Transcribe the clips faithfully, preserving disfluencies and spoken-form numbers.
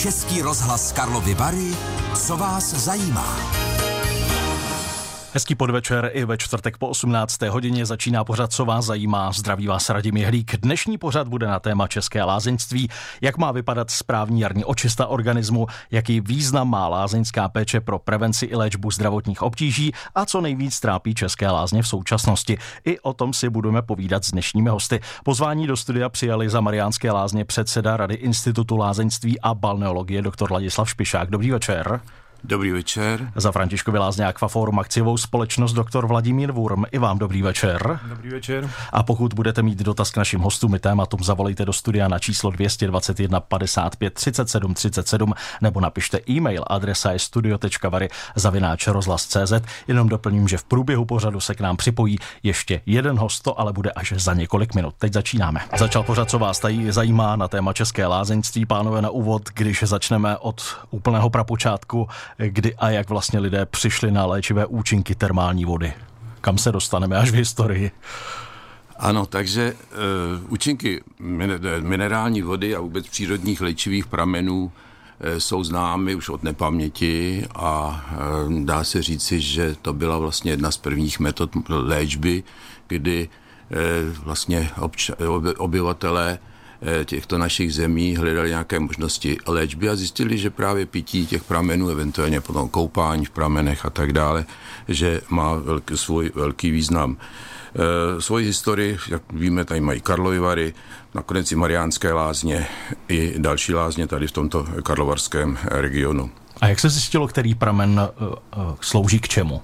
Český rozhlas Karlovy Vary, co vás zajímá. Hezký podvečer, i ve čtvrtek po osmnácté hodině začíná pořad Co vás zajímá. Zdraví vás Radim Jihlík. Dnešní pořad bude na téma české lázeňství, jak má vypadat správní jarní očista organismu, jaký význam má lázeňská péče pro prevenci i léčbu zdravotních obtíží a co nejvíc trápí české lázně v současnosti. I o tom si budeme povídat s dnešními hosty. Pozvání do studia přijali za Mariánské lázně předseda Rady Institutu lázeňství a balneologie doktor Ladislav Špišák. Dobrý večer. Dobrý večer. Za Františkovy lázně Aquaforum akciovou společnost doktor Vladimír Wurm. I vám dobrý večer. Dobrý večer. A pokud budete mít dotaz k našim hostům i tématům, zavolejte do studia na číslo dvě stě dvacet jedna padesát pět třicet sedm třicet sedm nebo napište e-mail. Adresa je studio tečka vary zavináč rozhlas tečka cé zet. Jenom doplním, že v průběhu pořadu se k nám připojí ještě jeden host, to ale bude až za několik minut. Teď začínáme. Začal pořad, co vás tady zajímá na téma české lázeňství. Pánové, na úvod, když začneme od úplného prapočátku, kdy a jak vlastně lidé přišli na léčivé účinky termální vody. Kam se dostaneme až v historii? Ano, takže uh, účinky minerální vody a vůbec přírodních léčivých pramenů uh, jsou známy už od nepaměti a uh, dá se říci, že to byla vlastně jedna z prvních metod léčby, kdy uh, vlastně obč- obyvatelé těchto našich zemí hledali nějaké možnosti léčby a zjistili, že právě pití těch pramenů, eventuálně potom koupání v pramenech a tak dále, že má velký, svůj velký význam. E, svoji historii, jak víme, tady mají Karlovy Vary, nakonec i Mariánské lázně, i další lázně tady v tomto karlovarském regionu. A jak se zjistilo, který pramen uh, uh, slouží k čemu?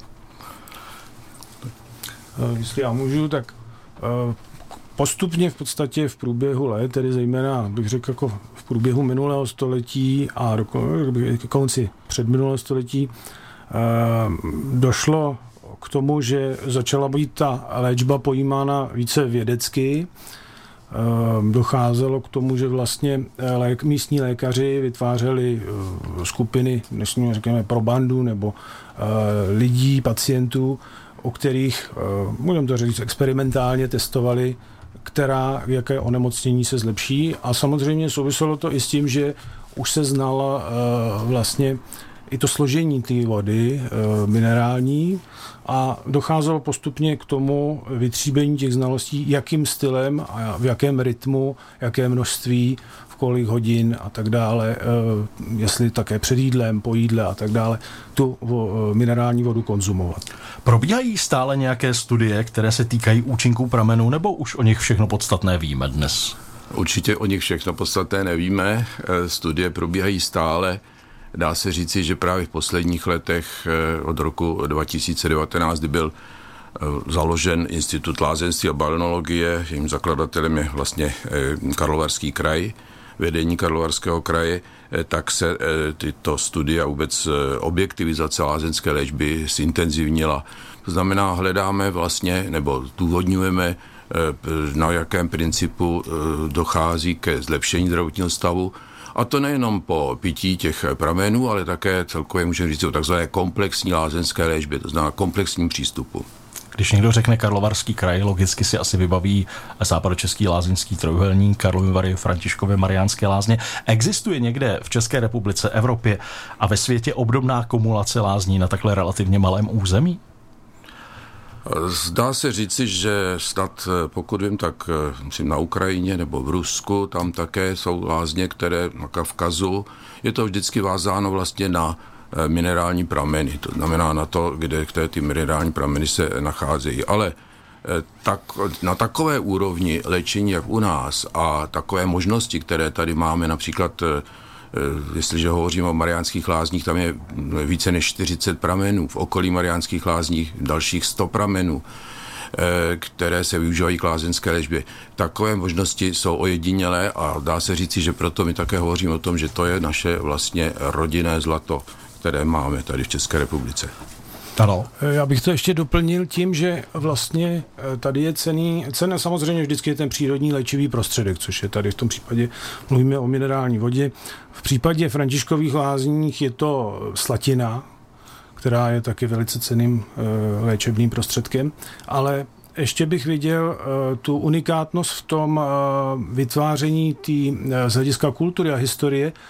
Uh, jestli já můžu, tak uh, postupně v podstatě v průběhu let, tedy zejména, bych řekl, jako v průběhu minulého století a do konci předminulého století, došlo k tomu, že začala být ta léčba pojímána více vědecky. Docházelo k tomu, že vlastně lék, místní lékaři vytvářeli skupiny, dnešní řekněme probandů nebo lidí, pacientů, o kterých, můžeme to říct, experimentálně testovali, která, jaké onemocnění se zlepší. A samozřejmě souviselo to i s tím, že už se znala uh, vlastně i to složení té vody uh, minerální a docházelo postupně k tomu vytříbení těch znalostí, jakým stylem a v jakém rytmu, jaké množství, v kolik hodin a tak dále, uh, jestli také před jídlem, po jídle a tak dále, tu uh, minerální vodu konzumovat. Probíhají stále nějaké studie, které se týkají účinků pramenů, nebo už o nich všechno podstatné víme dnes? Určitě o nich všechno podstatné nevíme. Studie probíhají stále. Dá se říci, že právě v posledních letech od roku dva tisíce devatenáct, kdy byl založen Institut lázeňství a balneologie, jejím zakladatelem je vlastně Karlovarský kraj, vedení Karlovarského kraje, tak se tyto studie a vůbec objektivizace lázeňské léčby zintenzivnila. To znamená, hledáme vlastně, nebo důvodňujeme, na jakém principu dochází ke zlepšení zdravotního stavu. A to nejenom po pití těch pramenů, ale také celkově můžeme říct o takzvané komplexní lázeňské léčbě, to znamená komplexním přístupu. Když někdo řekne Karlovarský kraj, logicky si asi vybaví západočeský lázeňský trojúhelník, Karlovy Vary, Františkovy, Mariánské lázně. Existuje někde v České republice, Evropě a ve světě obdobná kumulace lázní na takhle relativně malém území? Zdá se říci, že snad, pokud vím, tak myslím, na Ukrajině nebo v Rusku, tam také jsou lázně, které na Kavkazu, je to vždycky vázáno vlastně na minerální prameny, to znamená na to, kde, kde ty minerální prameny se nacházejí. Ale tak, na takové úrovni léčení, jak u nás, a takové možnosti, které tady máme, například, jestliže hovoříme o Mariánských lázních, tam je více než čtyřicet pramenů, v okolí Mariánských lázních dalších sto pramenů, které se využívají k lázeňské léčbě. Takové možnosti jsou ojedinělé a dá se říci, že proto my také hovoříme o tom, že to je naše vlastně rodinné zlato, které máme tady v České republice. Ano. Já bych to ještě doplnil tím, že vlastně tady je cený, cený samozřejmě vždycky je ten přírodní léčivý prostředek, což je tady v tom případě, mluvíme o minerální vodě. V případě Františkových lázních je to slatina, která je taky velice cenným e, léčebným prostředkem, ale ještě bych viděl e, tu unikátnost v tom e, vytváření tý, e, z hlediska kultury a historie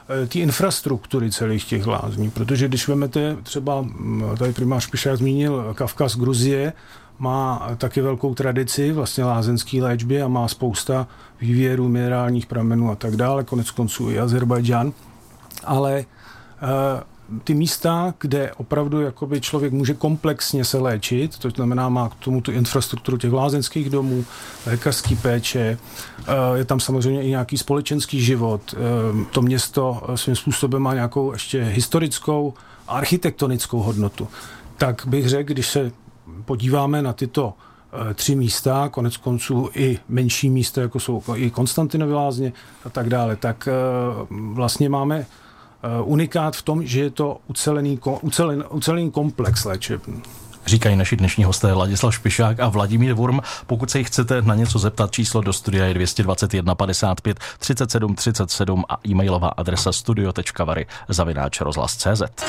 té infrastruktury celých těch lázní, protože když vezmete třeba, tady primář Špišák zmínil Kavkaz, Gruzie, má taky velkou tradici vlastně lázenské léčby a má spousta vývěrů, minerálních pramenů a tak dále, konec konců i Azerbajdžán, ale ty místa, kde opravdu jakoby člověk může komplexně se léčit, to znamená má k tomu tu infrastrukturu těch lázeňských domů, lékařský péče, je tam samozřejmě i nějaký společenský život. To město svým způsobem má nějakou ještě historickou architektonickou hodnotu. Tak bych řekl, když se podíváme na tyto tři místa, konec konců i menší místa, jako jsou i Konstantinovy lázně a tak dále, tak vlastně máme unikát v tom, že je to ucelený, ucelený, ucelený komplex léčebný. Říkají naši dnešní hosté Ladislav Špišák a Vladimír Wurm. Pokud se jich chcete na něco zeptat, číslo do studia je dvě stě dvacet jedna padesát pět třicet sedm třicet sedm a e-mailová adresa studio tečka vary zavináč rozhlas tečka cé zet.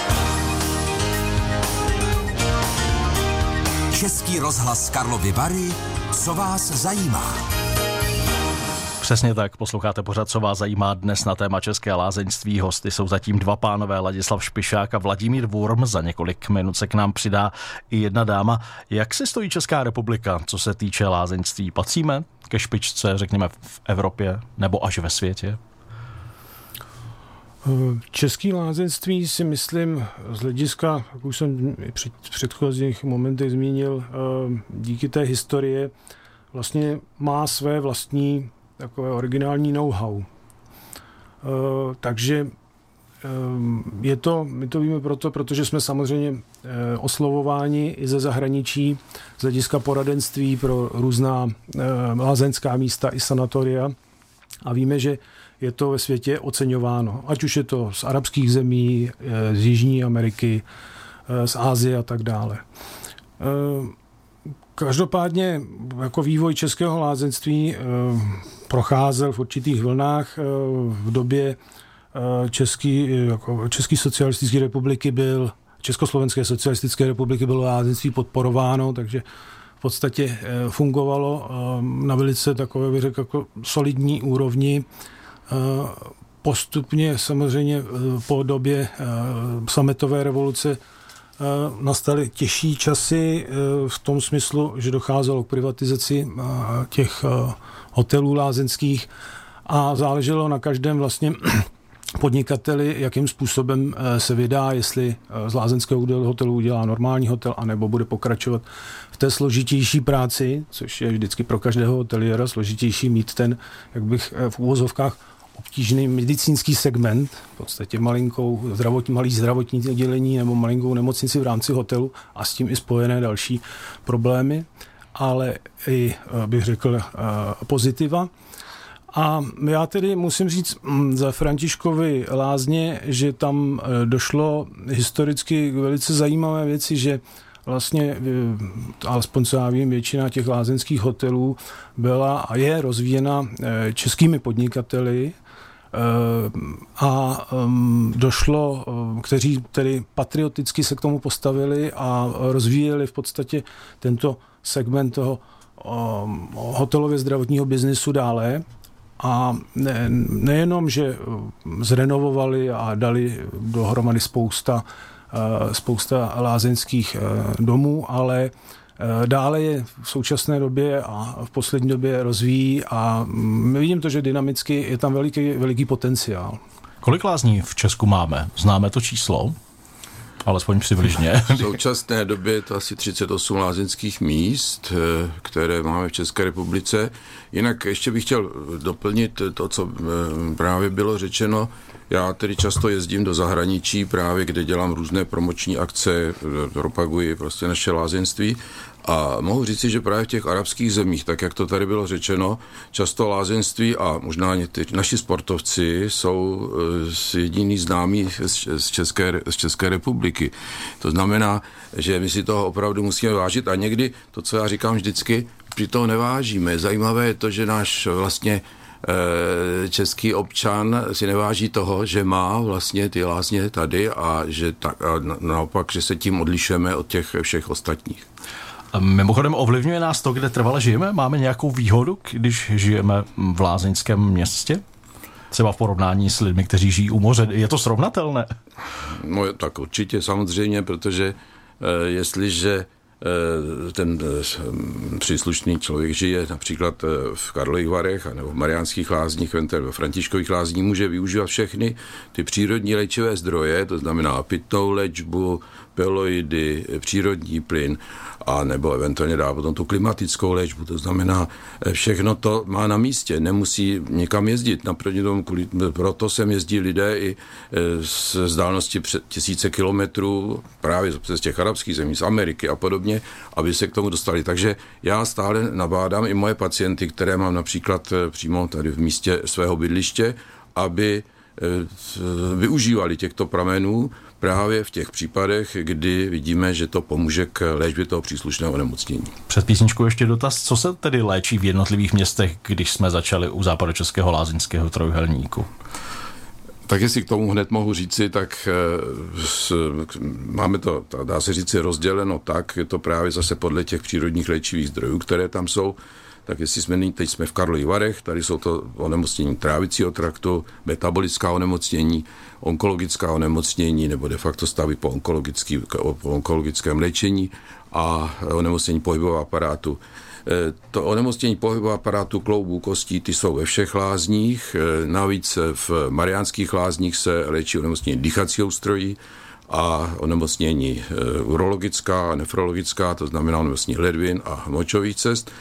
Český rozhlas Karlovy Vary, co vás zajímá? Přesně tak, posloucháte pořad, co vás zajímá dnes na téma české lázeňství. Hosty jsou zatím dva pánové, Ladislav Špišák a Vladimír Wurm. Za několik minut se k nám přidá i jedna dáma. Jak se stojí Česká republika, co se týče lázeňství? Patříme ke špičce, řekněme, v Evropě nebo až ve světě? Český lázeňství si myslím z hlediska, jak už jsem před předchozích momentech zmínil, díky té historie vlastně má své vlastní takové originální know-how. Uh, takže uh, je to, my to víme proto, protože jsme samozřejmě uh, oslovováni i ze zahraničí z hlediska poradenství pro různá uh, lázeňská místa i sanatoria a víme, že je to ve světě oceňováno. Ať už je to z arabských zemí, uh, z Jižní Ameriky, uh, z Asie a tak dále. Uh, Každopádně jako vývoj českého lázeňství e, procházel v určitých vlnách. E, v době e, Český, jako České socialistické republiky byl, Československé socialistické republiky bylo lázeňství podporováno, takže v podstatě e, fungovalo e, na velice takové, bych řekl, jako solidní úrovni. E, postupně samozřejmě e, po době e, sametové revoluce nastaly těžší časy v tom smyslu, že docházelo k privatizaci těch hotelů lázeňských a záleželo na každém vlastně podnikateli, jakým způsobem se vydá, jestli z lázeňského hotelu udělá normální hotel, anebo bude pokračovat v té složitější práci, což je vždycky pro každého hoteliéra složitější mít ten, jak bych v úvozovkách, obtížný medicínský segment, v podstatě malinkou zdravotní, malý zdravotní oddělení nebo malinkou nemocnici v rámci hotelu a s tím i spojené další problémy, ale i, bych řekl, pozitiva. A já tedy musím říct za Františkovy lázně, že tam došlo historicky k velice zajímavé věci, že vlastně, alespoň co já vím, většina těch lázeňských hotelů byla a je rozvíjena českými podnikateli a došlo, kteří tedy patrioticky se k tomu postavili a rozvíjeli v podstatě tento segment toho hotelově zdravotního biznisu dále. A ne, nejenom, že zrenovovali a dali dohromady spousta spousta lázeňských domů, ale dále je v současné době a v poslední době rozvíjí a vidím to, že dynamicky je tam veliký, veliký potenciál. Kolik lázní v Česku máme? Známe to číslo? Alespoň přibližně. V současné době je to asi třicet osm lázeňských míst, které máme v České republice. Jinak ještě bych chtěl doplnit to, co právě bylo řečeno. Já tedy často jezdím do zahraničí právě, kde dělám různé promoční akce, propaguji prostě naše lázeňství a mohu říci, že právě v těch arabských zemích, tak jak to tady bylo řečeno, často lázeňství a možná někteří naši sportovci jsou jediný známí z České, z České republiky. To znamená, že my si toho opravdu musíme vážit a někdy to, co já říkám vždycky, při toho nevážíme. Zajímavé je to, že náš vlastně český občan si neváží toho, že má vlastně ty lázně tady a že tak, a naopak, že se tím odlišujeme od těch všech ostatních. A mimochodem ovlivňuje nás to, kde trvale žijeme? Máme nějakou výhodu, když žijeme v lázeňském městě? Třeba v porovnání s lidmi, kteří žijí u moře. Je to srovnatelné? No tak určitě samozřejmě, protože eh, jestliže ten příslušný člověk žije například v Karlových Varech nebo v Mariánských Lázních, ve Františkových Lázních, může využívat všechny ty přírodní léčivé zdroje, to znamená pitnou léčbu, peloidy, přírodní plyn, a nebo eventuálně dá potom tu klimatickou léčbu, to znamená všechno to má na místě, nemusí nikam jezdit, naproti tomu, proto sem jezdí lidé i z vzdálenosti před tisíce kilometrů právě z těch arabských zemí, z Ameriky a podobně, aby se k tomu dostali. Takže já stále nabádám i moje pacienty, které mám například přímo tady v místě svého bydliště, aby využívali těchto pramenů právě v těch případech, kdy vidíme, že to pomůže k léčbě toho příslušného onemocnění. Před písničkou ještě dotaz, co se tedy léčí v jednotlivých městech, když jsme začali u západočeského lázeňského trojúhelníku? Tak jestli k tomu hned mohu říci, tak s, máme to, dá se říci, rozděleno tak, je to právě zase podle těch přírodních léčivých zdrojů, které tam jsou. Tak jestli jsme, teď jsme v Karlových Varech, tady jsou to onemocnění trávicího traktu, metabolická onemocnění, onkologická onemocnění nebo de facto stavy po, po onkologickém léčení a onemocnění pohybového aparátu. To onemocnění pohybového aparátu, kloubů, kostí, ty jsou ve všech lázních, navíc v Mariánských Lázních se léčí onemocnění dýchacího ústrojí a onemocnění urologická a nefrologická, to znamená onemocnění ledvin a močových cest.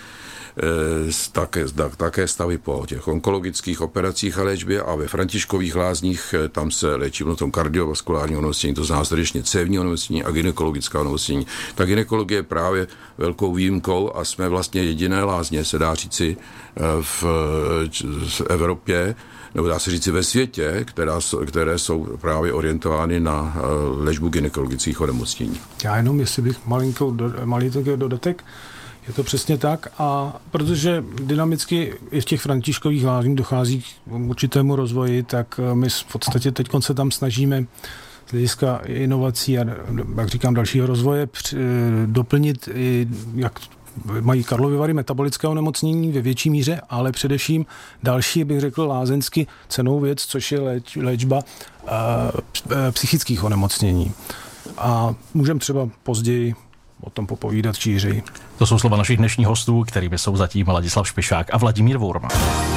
Také, také stavy po těch onkologických operacích a léčbě a ve Františkových Lázních tam se léčí v tom kardiovaskulární onemocnění, to znamená srdečně cévní onemocnění a gynekologická onemocnění. Ta gynekologie je právě velkou výjimkou a jsme vlastně jediné lázně, se dá říci, v, v Evropě, nebo dá se říci ve světě, která, které jsou právě orientovány na léčbu gynekologických onemocnění. Já jenom, jestli bych malinkou, malinkou dodatek, je to přesně tak, a protože dynamicky i v těch Františkových lázních dochází k určitému rozvoji, tak my v podstatě teď se tam snažíme z hlediska inovací a, jak říkám, dalšího rozvoje doplnit, jak mají Karlovy Vary metabolické onemocnění ve větší míře, ale především další, bych řekl, lázeňsky cennou věc, což je léč, léčba a, psychických onemocnění. A můžeme třeba později o tom popovídat šířeji. To jsou slova našich dnešních hostů, kterými jsou zatím Ladislav Špišák a Vladimír Wurm.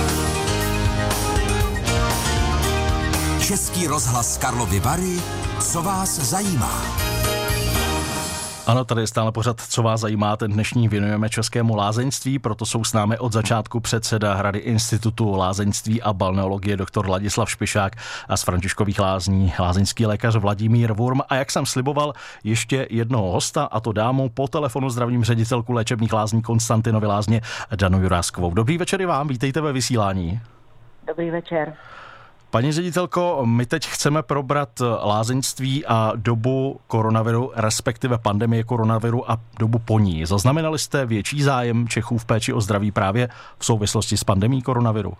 Český rozhlas Karlovy Vary, co vás zajímá? Ano, tady je stále pořad, co vás zajímá. Ten dnešní věnujeme českému lázeňství, proto jsou s námi od začátku předseda Rady Institutu lázeňství a balneologie doktor Ladislav Špišák a z Františkových Lázní lázeňský lékař Vladimír Wurm. A jak jsem sliboval, ještě jednoho hosta, a to dámu po telefonu zdravím ředitelku léčebných lázní Konstantinovy Lázně Danu Juráskovou. Dobrý večer i vám, vítejte ve vysílání. Dobrý večer. Paní ředitelko, my teď chceme probrat lázeňství a dobu koronaviru, respektive pandemie koronaviru a dobu po ní. Zaznamenali jste větší zájem Čechů v péči o zdraví právě v souvislosti s pandemií koronaviru?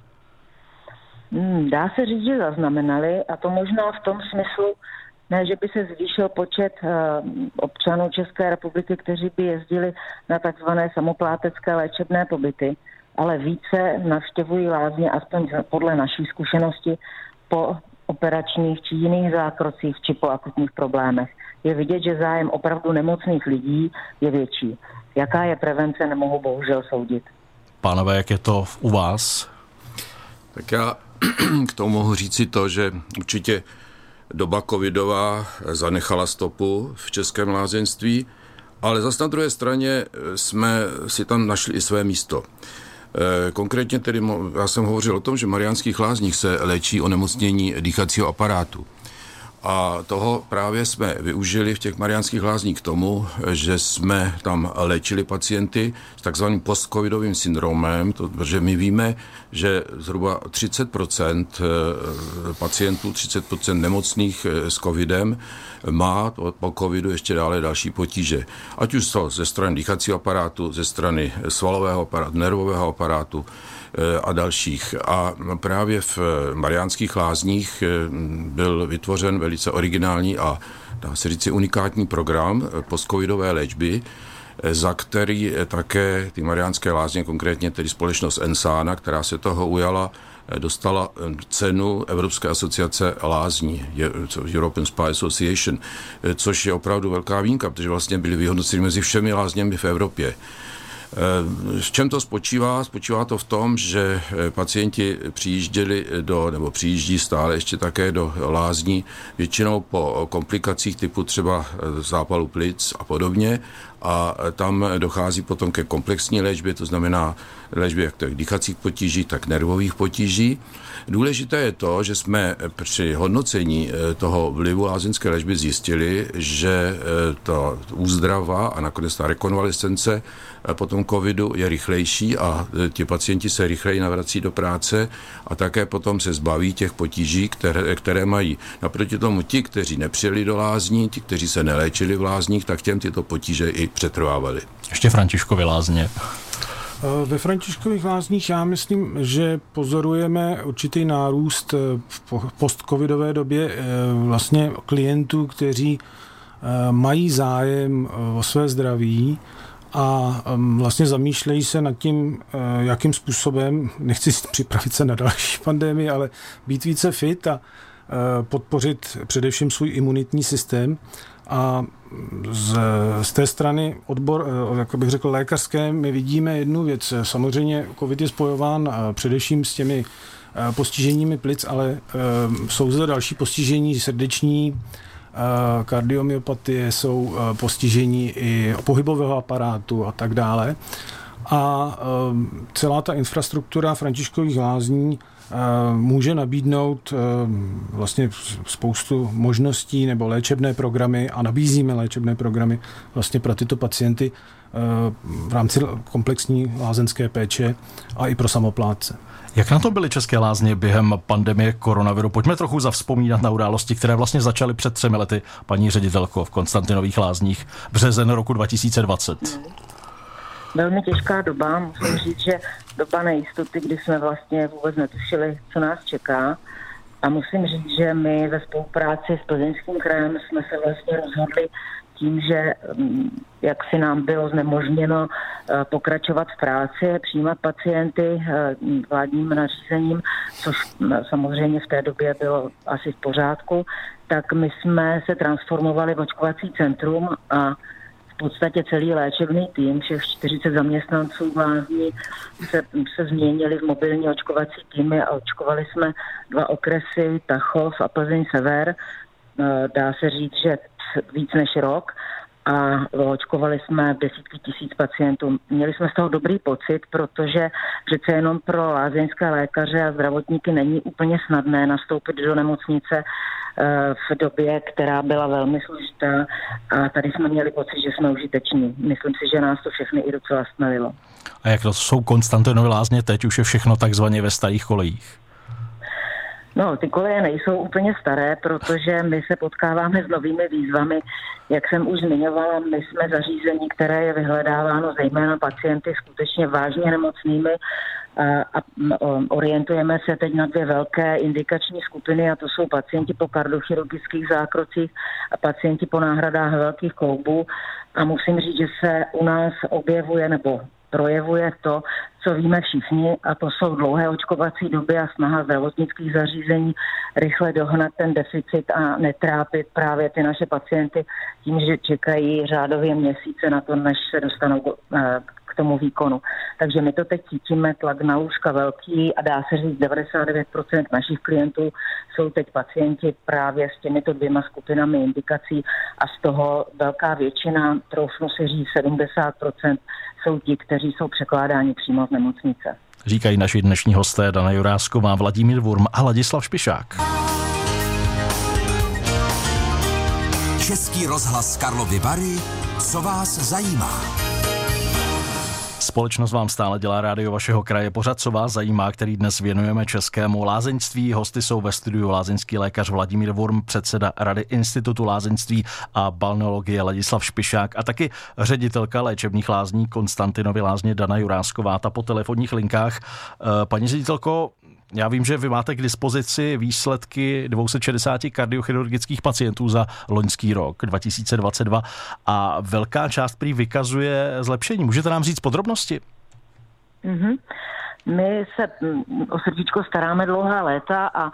Hmm, dá se říct, že zaznamenali, a to možná v tom smyslu, ne, že by se zvýšil počet uh, občanů České republiky, kteří by jezdili na takzvané samoplátecké léčebné pobyty, ale více navštěvují lázně, aspoň podle naší zkušenosti, po operačních či jiných zákrocích či po akutních problémech. Je vidět, že zájem opravdu nemocných lidí je větší. Jaká je prevence, nemohu bohužel soudit. Pánové, jak je to u vás? Tak já k tomu mohu říci to, že určitě doba covidová zanechala stopu v českém lázeňství, ale zase na druhé straně jsme si tam našli i své místo. Konkrétně tedy, já jsem hovořil o tom, že v Mariánských Lázních se léčí onemocnění dýchacího aparátu. A toho právě jsme využili v těch Mariánských Lázních k tomu, že jsme tam léčili pacienty s takzvaným postcovidovým syndromem, protože my víme, že zhruba třicet procent pacientů, třicet procent nemocných s covidem má po covidu ještě dále další potíže. Ať už to ze strany dýchacího aparátu, ze strany svalového aparátu, nervového aparátu a dalších. A právě v Mariánských Lázních byl vytvořen velice originální a dá se říct unikátní program postcovidové léčby, za který také ty Mariánské Lázně, konkrétně tedy společnost Ensana, která se toho ujala, dostala cenu Evropské asociace lázní, European Spa Association, což je opravdu velká výjimka, protože vlastně byli vyhodnoceni mezi všemi lázněmi v Evropě. V čem to spočívá? Spočívá to v tom, že pacienti přijížděli do, nebo přijíždí stále ještě také do lázní, většinou po komplikacích typu třeba zápalu plic a podobně, a tam dochází potom ke komplexní léčbě, to znamená léčbě jak tak dýchacích potíží, tak nervových potíží. Důležité je to, že jsme při hodnocení toho vlivu lázeňské léčby zjistili, že ta úzdrava a nakonec ta rekonvalescence po tom covidu je rychlejší a ti pacienti se rychleji navrací do práce a také potom se zbaví těch potíží, které, které mají. Naproti tomu ti, kteří nepřijeli do lázní, ti, kteří se neléčili v lázních, tak těm tyto potíže i přetrvávaly. Ještě Františkovy lázně. Ve Františkových lázních já myslím, že pozorujeme určitý nárůst v post-covidové době vlastně klientů, kteří mají zájem o své zdraví a vlastně zamýšlejí se nad tím, jakým způsobem, nechci si připravit se na další pandemii, ale být více fit a podpořit především svůj imunitní systém. A z, z té strany odbor, jak bych řekl, lékařské, my vidíme jednu věc. Samozřejmě covid je spojován především s těmi postiženími plic, ale jsou zde další postižení srdeční, kardiomyopatie, jsou postižení i pohybového aparátu a tak dále. A celá ta infrastruktura Františkových lázní může nabídnout vlastně spoustu možností nebo léčebné programy a nabízíme léčebné programy vlastně pro tyto pacienty v rámci komplexní lázeňské péče a i pro samoplátce. Jak na to byly české lázně během pandemie koronaviru? Pojďme trochu zavzpomínat na události, které vlastně začaly před třemi lety, paní ředitelko, v Konstantinových lázních, březen roku dva tisíce dvacet. Velmi těžká doba, musím říct, že doba nejistoty, kdy jsme vlastně vůbec netušili, co nás čeká. A musím říct, že my ve spolupráci s Plzeňským krajem jsme se vlastně rozhodli tím, že jak si nám bylo znemožněno pokračovat v práci, přijímat pacienty vládním nařízením, což samozřejmě v té době bylo asi v pořádku, tak my jsme se transformovali v očkovací centrum a v podstatě celý léčebný tým, všech čtyřicet zaměstnanců lázní se, se změnili v mobilní očkovací týmy a očkovali jsme dva okresy, Tachov a Plzeň Sever. Dá se říct, že víc než rok a očkovali jsme desítky tisíc pacientů. Měli jsme z toho dobrý pocit, protože přece jenom pro lázeňské lékaře a zdravotníky není úplně snadné nastoupit do nemocnice v době, která byla velmi složitá a tady jsme měli pocit, že jsme užiteční. Myslím si, že nás to všechny i docela stmelilo. A jak to jsou Konstantinovy lázně teď? Už je všechno takzvaně ve starých kolejích? No, ty koleje nejsou úplně staré, protože my se potkáváme s novými výzvami. Jak jsem už zmiňovala, my jsme zařízení, které je vyhledáváno zejména pacienty skutečně vážně nemocnými a, a orientujeme se teď na dvě velké indikační skupiny a to jsou pacienti po kardiochirurgických zákrocích a pacienti po náhradách velkých kloubů. A musím říct, že se u nás objevuje nebo projevuje to, co víme všichni, a to jsou dlouhé očkovací doby a snaha zdravotnických zařízení rychle dohnat ten deficit a netrápit právě ty naše pacienty tím, že čekají řádově měsíce na to, než se dostanou k tomu výkonu. Takže my to teď cítíme, tlak na lůžka velký a dá se říct, devadesát devět procent našich klientů jsou teď pacienti právě s těmito dvěma skupinami indikací a z toho velká většina, troufnu si říct sedmdesát procent, jsou ti, kteří jsou překládáni přímo z nemocnice. Říkají naši dnešní hosté Dana Jurásková, Vladimír Wurm a Ladislav Špišák. Český rozhlas Karlovy Vary, co vás zajímá? Společnost vám stále dělá rádio vašeho kraje. Pořad, co vás zajímá, který dnes věnujeme českému lázeňství. Hosty jsou ve studiu lázeňský lékař Vladimír Wurm, předseda Rady Institutu lázeňství a balneologie Ladislav Špišák a taky ředitelka léčebných lázní Konstantinovy lázně Dana Jurásková, ta po telefonních linkách. Paní ředitelko, já vím, že vy máte k dispozici výsledky dvě stě šedesát kardiochirurgických pacientů za loňský rok dva tisíce dvacet dva a velká část prý vykazuje zlepšení. Můžete nám říct podrobnosti? Mm-hmm. My se o srdíčko staráme dlouhá léta a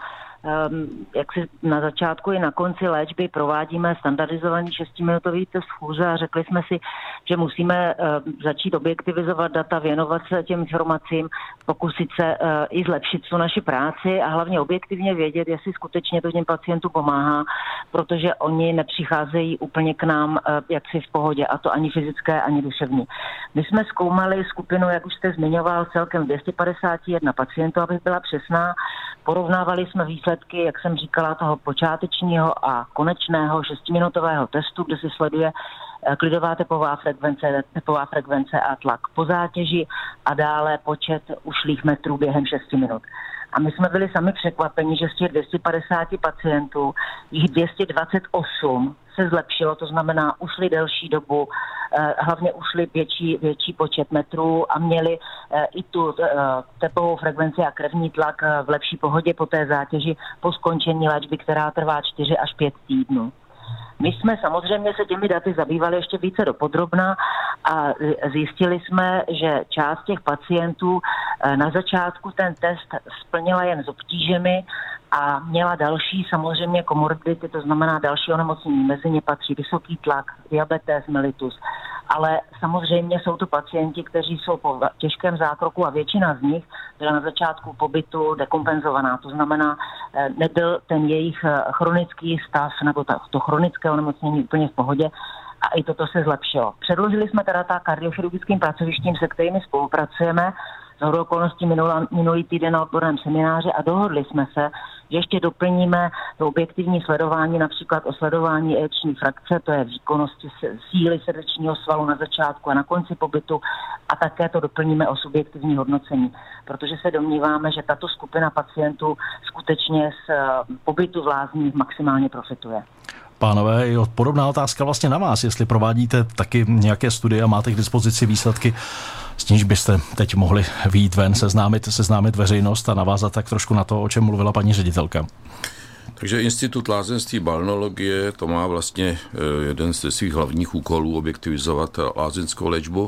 Um, jak si na začátku i na konci léčby provádíme standardizovaný šestiminutový test chůze a řekli jsme si, že musíme uh, začít objektivizovat data, věnovat se těm informacím, pokusit se uh, i zlepšit tu naši práci a hlavně objektivně vědět, jestli skutečně to těm pacientům pomáhá, protože oni nepřicházejí úplně k nám uh, jaksi v pohodě, a to ani fyzické, ani duševní. My jsme zkoumali skupinu, jak už jste zmiňoval, celkem dvě stě padesát jedna pacientů, abych byla přesná. Porovnávali jsme výsledky, jak jsem říkala, toho počátečního a konečného šestiminutového testu, kde se sleduje klidová tepová frekvence, tepová frekvence a tlak po zátěži a dále počet ušlých metrů během šesti minut. A my jsme byli sami překvapeni, že z těch dvě stě padesát pacientů jich dvě stě dvacet osm se zlepšilo, to znamená ušli delší dobu, hlavně ušli větší, větší počet metrů a měli i tu tepovou frekvenci a krevní tlak v lepší pohodě po té zátěži po skončení léčby, která trvá čtyři až pět týdnů. My jsme samozřejmě se těmi daty zabývali ještě více dopodrobna a zjistili jsme, že část těch pacientů na začátku ten test splnila jen s obtížemi a měla další samozřejmě komorbidity, to znamená další onemocnění. Mezi ně patří vysoký tlak, diabetes mellitus, ale samozřejmě jsou to pacienti, kteří jsou po těžkém zákroku a většina z nich byla na začátku pobytu dekompenzovaná. To znamená, nebyl ten jejich chronický stav nebo to chronické onemocnění úplně v pohodě a i toto se zlepšilo. Předložili jsme teda ta kardiochirurgickým pracovištím, se kterými spolupracujeme, z okolností minulý týden na odborném semináři a dohodli jsme se, že ještě doplníme to objektivní sledování, například o sledování éční frakce, to je výkonnosti síly srdečního svalu na začátku a na konci pobytu a také to doplníme o subjektivní hodnocení, protože se domníváme, že tato skupina pacientů skutečně z pobytu v lázních maximálně profituje. Pánové, je podobná otázka vlastně na vás, jestli provádíte taky nějaké studie a máte k dispozici výsledky, s níž byste teď mohli vyjít ven, seznámit, seznámit veřejnost a navázat tak trošku na to, o čem mluvila paní ředitelka. Takže Institut lázeňství balneologie, to má vlastně jeden ze svých hlavních úkolů objektivizovat lázeňskou léčbu.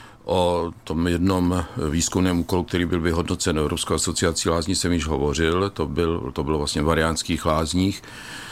O tom jednom výzkumném úkolu, který byl vyhodnocen Evropskou asociací lázní, jsem již hovořil, to, byl, to bylo vlastně v Mariánských lázních,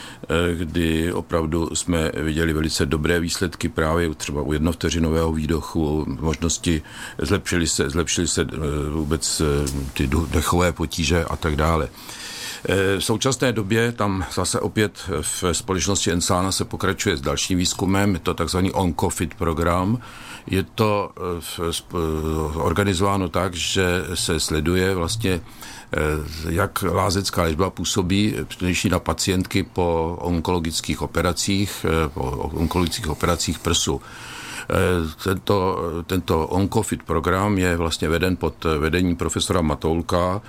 kdy opravdu jsme viděli velice dobré výsledky právě třeba u jednovteřinového výdechu, možnosti zlepšily se, zlepšily se vůbec ty dechové potíže a tak dále. V současné době tam zase opět v společnosti Ensana se pokračuje s dalším výzkumem, je to takzvaný OncoFit program. Je to organizováno tak, že se sleduje vlastně, jak lázeňská léčba působí především na pacientky po onkologických operacích, po onkologických operacích prsu. Tento, tento OncoFit program je vlastně veden pod vedením profesora Matoulka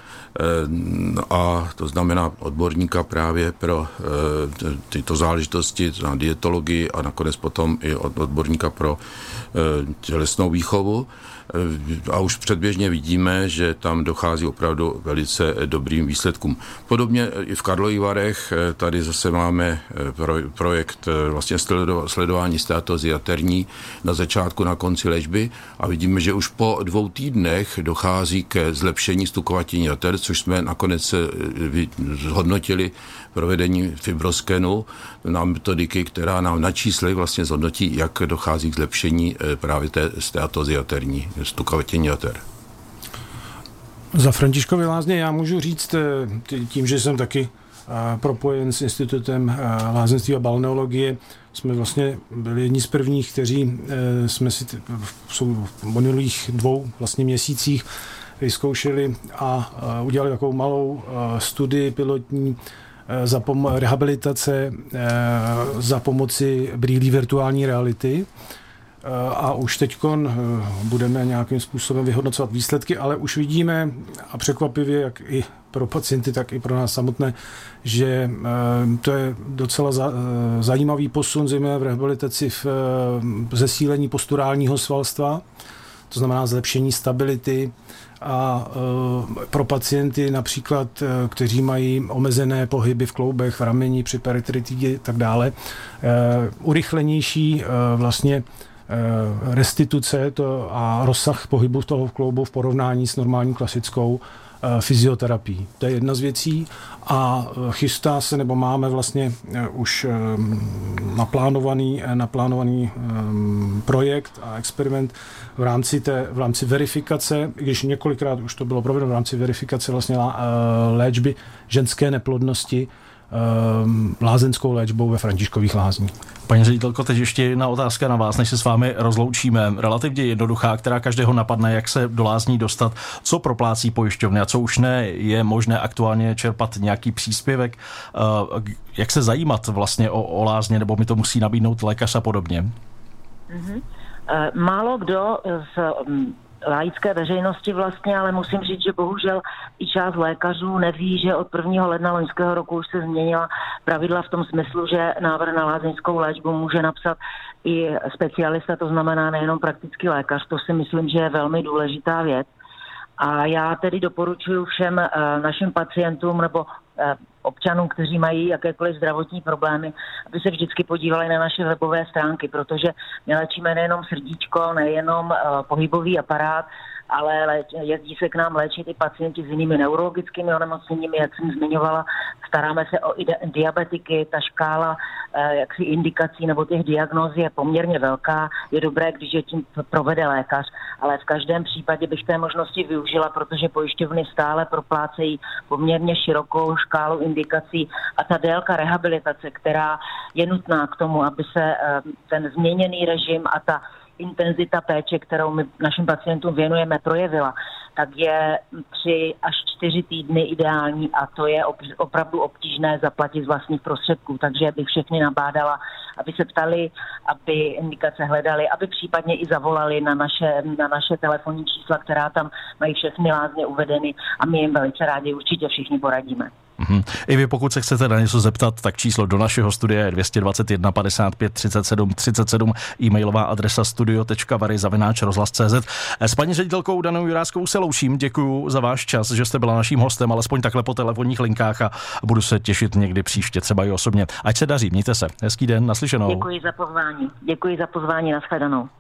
a to znamená odborníka právě pro tyto záležitosti na dietologii a nakonec potom i odborníka pro tělesnou výchovu. A už předběžně vidíme, že tam dochází opravdu velice dobrým výsledkům. Podobně i v Karlových Varech tady zase máme projekt vlastně sledování státozy jaterní na začátku, na konci léčby a vidíme, že už po dvou týdnech dochází ke zlepšení stukovatění jater, což jsme nakonec zhodnotili provedení fibroskenu na metodiky, která nám na číslech vlastně zhodnotí, jak dochází k zlepšení právě té státozy jaterní, stukovatění jater. Za Františkovy lázně já můžu říct tím, že jsem taky propojen s Institutem lázeňství a balneologie. Jsme vlastně byli jedni z prvních, kteří jsme si v minulých dvou vlastně měsících vyzkoušeli a udělali takovou malou studii pilotní za pom- rehabilitace za pomoci brýlí virtuální reality. A už teďkon budeme nějakým způsobem vyhodnocovat výsledky, ale už vidíme a překvapivě, jak i pro pacienty, tak i pro nás samotné, že to je docela zajímavý posun, zejména v rehabilitaci v zesílení posturálního svalstva, to znamená zlepšení stability a pro pacienty například, kteří mají omezené pohyby v kloubech, v rameni, při peritritidě a tak dále, urychlenější vlastně restituce to a rozsah pohybu toho kloubu v porovnání s normální klasickou fyzioterapii. To je jedna z věcí a chystá se, nebo máme vlastně už naplánovaný, naplánovaný projekt a experiment v rámci, té, v rámci verifikace, když několikrát už to bylo provedeno v rámci verifikace vlastně léčby ženské neplodnosti lázeňskou léčbou ve Františkových Lázních. Paní ředitelko, teď ještě jedna otázka na vás, než se s vámi rozloučíme. Relativně jednoduchá, která každého napadne, jak se do lázní dostat, co proplácí pojišťovny a co už ne, je možné aktuálně čerpat nějaký příspěvek, jak se zajímat vlastně o, o lázně, nebo mi to musí nabídnout lékař a podobně? Mm-hmm. Málo kdo z laické veřejnosti vlastně, ale musím říct, že bohužel i část lékařů neví, že od prvního ledna loňského roku už se změnila pravidla v tom smyslu, že návrh na lázeňskou léčbu může napsat i specialista, to znamená nejenom praktický lékař. To si myslím, že je velmi důležitá věc. A já tedy doporučuji všem uh, našim pacientům nebo uh, občanům, kteří mají jakékoliv zdravotní problémy, aby se vždycky podívali na naše webové stránky, protože my léčíme nejenom srdíčko, nejenom uh, pohybový aparát, ale léč, jezdí se k nám léčit i pacienti s jinými neurologickými onemocněními, jak jsem zmiňovala. Staráme se o diabetiky, ta škála eh, jaksi indikací nebo těch diagnóz je poměrně velká. Je dobré, když je tím provede lékař, ale v každém případě bych té možnosti využila, protože pojišťovny stále proplácejí poměrně širokou škálu indikací a ta délka rehabilitace, která je nutná k tomu, aby se eh, ten změněný režim a ta intenzita péče, kterou my našim pacientům věnujeme, projevila, tak je tři až čtyři týdny ideální a to je opravdu obtížné zaplatit z vlastních prostředků. Takže bych všechny nabádala, aby se ptali, aby indikace hledali, aby případně i zavolali na naše, na naše telefonní čísla, která tam mají všechny lázně uvedeny a my jim velice rádi určitě všichni poradíme. Mm-hmm. I vy, pokud se chcete na něco zeptat, tak číslo do našeho studia je dvě dvacet jedna padesát pět třicet sedm třicet sedm, e-mailová adresa studio tečka vary zavináč rozhlas tečka cé zet. S paní ředitelkou Danou Juráskovou se loučím, děkuju za váš čas, že jste byla naším hostem, alespoň takhle po telefonních linkách a budu se těšit někdy příště, třeba i osobně. Ať se daří, mějte se. Hezký den, naslyšenou. Děkuji za pozvání. Děkuji za pozvání, nashledanou.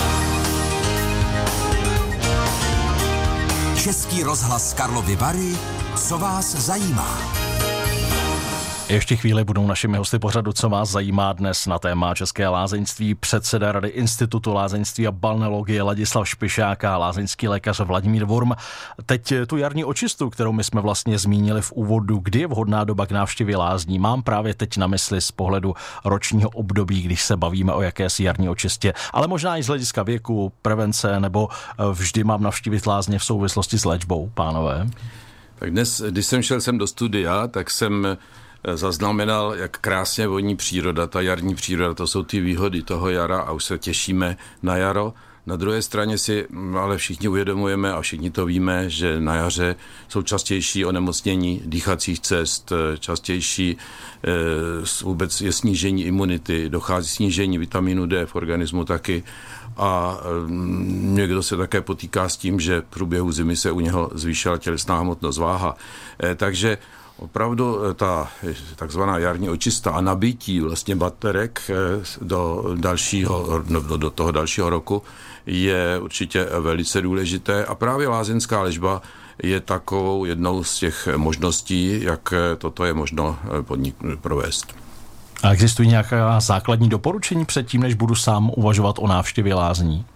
Český rozhlas Karlovy Vary, co vás zajímá. Ještě chvíli budou našimi hosty pořadu, co vás zajímá dnes na téma české lázeňství, předseda Rady Institutu lázeňství a balneologie Ladislav Špišák a lázeňský lékař Vladimír Wurm. Teď tu jarní očistu, kterou my jsme vlastně zmínili v úvodu, kdy je vhodná doba k návštěvě lázní, mám právě teď na mysli z pohledu ročního období, když se bavíme o jakési jarní očistě, ale možná i z hlediska věku, prevence, nebo vždy mám navštívit lázně v souvislosti s léčbou, pánové? Tak dnes, když jsem šel sem do studia, tak jsem zaznamenal, jak krásně voní příroda, ta jarní příroda, to jsou ty výhody toho jara a už se těšíme na jaro. Na druhé straně si ale všichni uvědomujeme a všichni to víme, že na jaře jsou častější onemocnění dýchacích cest, častější e, vůbec je snížení imunity, dochází snížení vitamínu D v organismu taky a e, někdo se také potýká s tím, že v průběhu zimy se u něho zvýšila tělesná hmotnost, váha. E, takže opravdu ta takzvaná jarní očista a nabití vlastně baterek do, dalšího, do, do toho dalšího roku je určitě velice důležité a právě lázeňská léčba je takovou jednou z těch možností, jak toto je možno podnik provést. A existují nějaká základní doporučení předtím, než budu sám uvažovat o návštěvě lázní?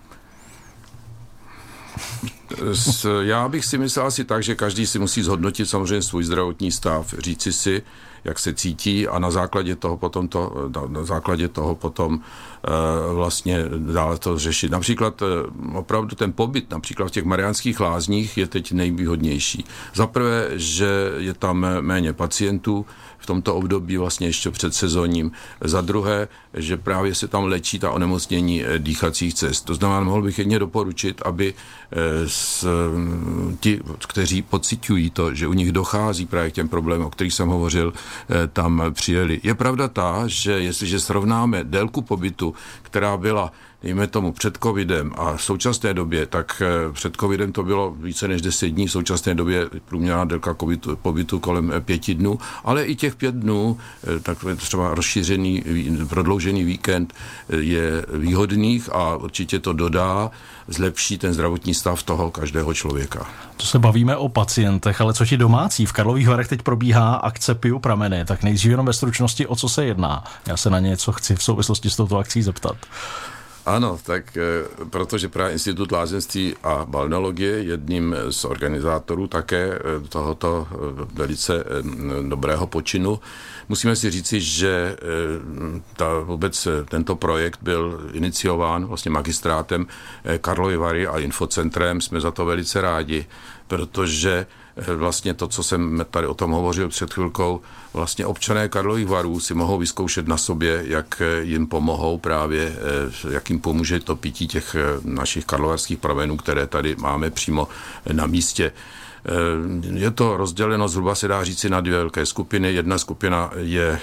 Já bych si myslel asi tak, že každý si musí zhodnotit samozřejmě svůj zdravotní stav, říci si, jak se cítí a na základě toho potom to, na základě toho potom uh, vlastně dále to řešit. Například uh, opravdu ten pobyt například v těch Mariánských lázních je teď nejvýhodnější. Za prvé, že je tam méně pacientů v tomto období vlastně ještě před sezónním. Za druhé, že právě se tam léčí ta onemocnění dýchacích cest. To znamená, mohl bych jedně doporučit, aby s, ti, kteří pociťují to, že u nich dochází právě k těm problémům, o kterých jsem hovořil, tam přijeli. Je pravda ta, že jestliže srovnáme délku pobytu, která byla dejme tomu před covidem a v současné době, tak před covidem to bylo více než deset dní, v současné době průměrná délka pobytu, pobytu kolem pěti dnů, ale i těch pět dnů, tak třeba rozšířený, prodloužený víkend je výhodných a určitě to dodá, zlepší ten zdravotní stav toho každého člověka. To se bavíme o pacientech, ale co ti domácí? V Karlových Varech teď probíhá akce Piju prameny, tak nejdřív jenom ve stručnosti, o co se jedná. Já se na něco chci v souvislosti s touto akcí zeptat. Ano, tak protože právě Institut lázeňství a balneologie je jedním z organizátorů také tohoto velice dobrého počinu. Musíme si říci, že ta, vůbec tento projekt byl iniciován vlastně magistrátem Karlovy Vary a infocentrem. Jsme za to velice rádi, protože vlastně to, co jsem tady o tom hovořil před chvilkou, vlastně občané Karlových Varů si mohou vyzkoušet na sobě, jak jim pomohou právě, jak jim pomůže to pití těch našich karlovarských pramenů, které tady máme přímo na místě. Je to rozděleno zhruba, se dá říci, na dvě velké skupiny. Jedna skupina je,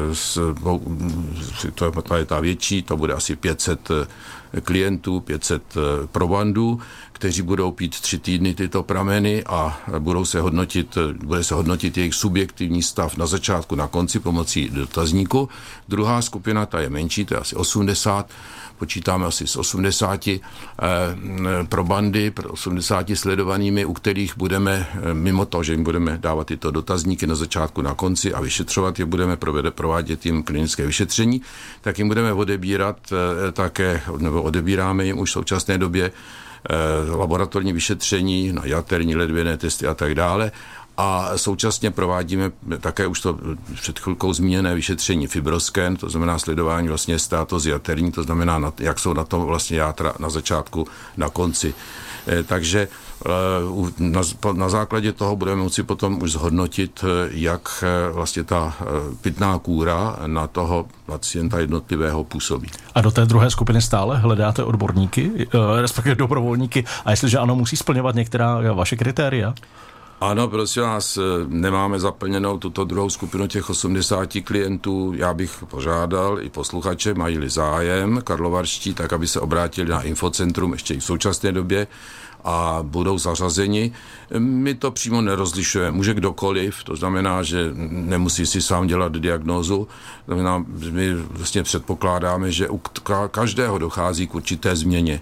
to je ta větší, to bude asi pět set klientů, pět set probandů, kteří budou pít tři týdny tyto prameny a budou se hodnotit, bude se hodnotit jejich subjektivní stav na začátku, na konci pomocí dotazníku. Druhá skupina, ta je menší, to je asi osmdesát, počítáme asi s osmdesáti eh, probandy, osmdesáti sledovanými, u kterých budeme, mimo to, že jim budeme dávat tyto dotazníky na začátku, na konci a vyšetřovat je, budeme provede, provádět jim klinické vyšetření, tak jim budeme odebírat eh, také, nebo odebíráme jim už v současné době eh, laboratorní vyšetření na jaterní ledvěné testy a tak dále. A současně provádíme také už to před chvilkou zmíněné vyšetření fibroscan, to znamená sledování vlastně státozy jaterní, to znamená, jak jsou na tom vlastně játra na začátku, na konci. Takže na, na základě toho budeme moci potom už zhodnotit, jak vlastně ta pitná kůra na toho pacienta jednotlivého působí. A do té druhé skupiny stále hledáte odborníky, respektive dobrovolníky, a jestliže ano, musí splňovat některá vaše kritéria? Ano, prosím vás, nemáme zaplněnou tuto druhou skupinu těch osmdesáti klientů. Já bych požádal i posluchače, mají-li zájem karlovarští, tak aby se obrátili na infocentrum ještě i v současné době a budou zařazeni. My to přímo nerozlišujeme. Může kdokoliv, to znamená, že nemusí si sám dělat diagnózu. To znamená, my vlastně předpokládáme, že u každého dochází k určité změně.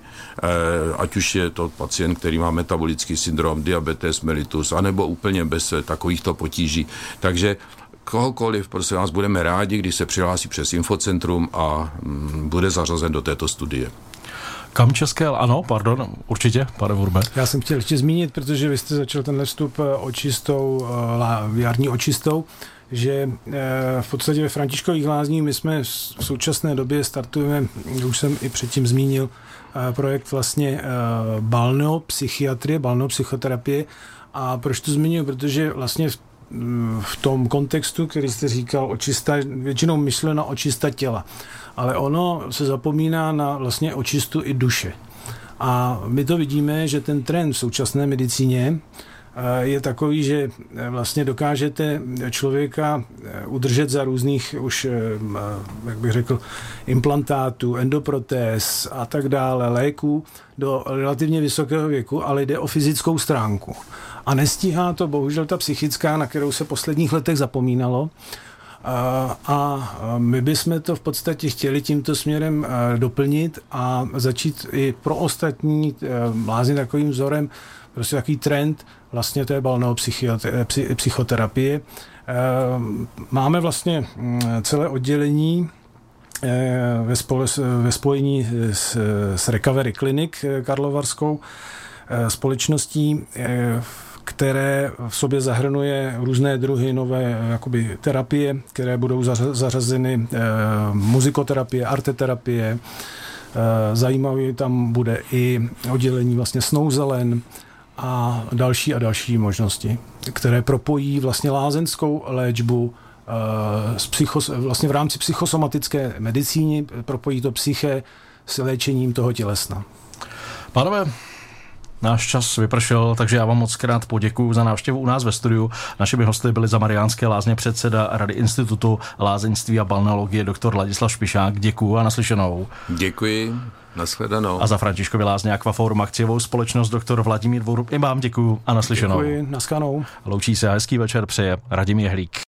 Ať už je to pacient, který má metabolický syndrom, diabetes mellitus, anebo úplně bez takovýchto potíží. Takže kohokoliv, prosím vás, budeme rádi, když se přihlásí přes infocentrum a bude zařazen do této studie. Kam české, ano, pardon, určitě, pane Vurbe. Já jsem chtěl ještě zmínit, protože vy jste začal tenhle vstup očistou, jarní očistou, že v podstatě ve Františkových lázních my jsme v současné době startujeme, už jsem i předtím zmínil, projekt vlastně balneopsychiatrie, balneopsychoterapie. A proč to zmiňuji? Protože vlastně v, v tom kontextu, který jste říkal, očista, většinou myšleno očista těla. Ale ono se zapomíná na vlastně očistu i duše. A my to vidíme, že ten trend v současné medicíně je takový, že vlastně dokážete člověka udržet za různých už, jak bych řekl, implantátů, endoprotéz a tak dále, léků do relativně vysokého věku, ale jde o fyzickou stránku. A nestíhá to bohužel ta psychická, na kterou se v posledních letech zapomínalo. A my bychom to v podstatě chtěli tímto směrem doplnit a začít i pro ostatní lázně takovým vzorem, prostě takový trend vlastně té balneopsychoterapie. Máme vlastně celé oddělení ve, spole, ve spojení s, s Recovery Clinic karlovarskou společností, které v sobě zahrnuje různé druhy nové jakoby, terapie, které budou zařazeny, eh, muzikoterapie, arteterapie. Eh, zajímavý tam bude i oddělení vlastně Snouzelen a další a další možnosti, které propojí vlastně lázeňskou léčbu eh, s psychos, vlastně v rámci psychosomatické medicíny, propojí to psyché s léčením toho tělesna. Pánové, Náš čas vypršel, takže já vám moc krát poděkuju za návštěvu u nás ve studiu. Našimi hosty byli za Mariánské Lázně předseda Rady Institutu lázeňství a balneologie doktor Ladislav Špišák. Děkuju a naslyšenou. Děkuji. Nashledanou. A za Františkovy Lázně Aquaforum akciovou společnost doktor Vladimír Dvořák. I vám děkuju a naslyšenou. Děkuji, naschledanou. Loučí se a hezký večer přeje Radim Jehlík.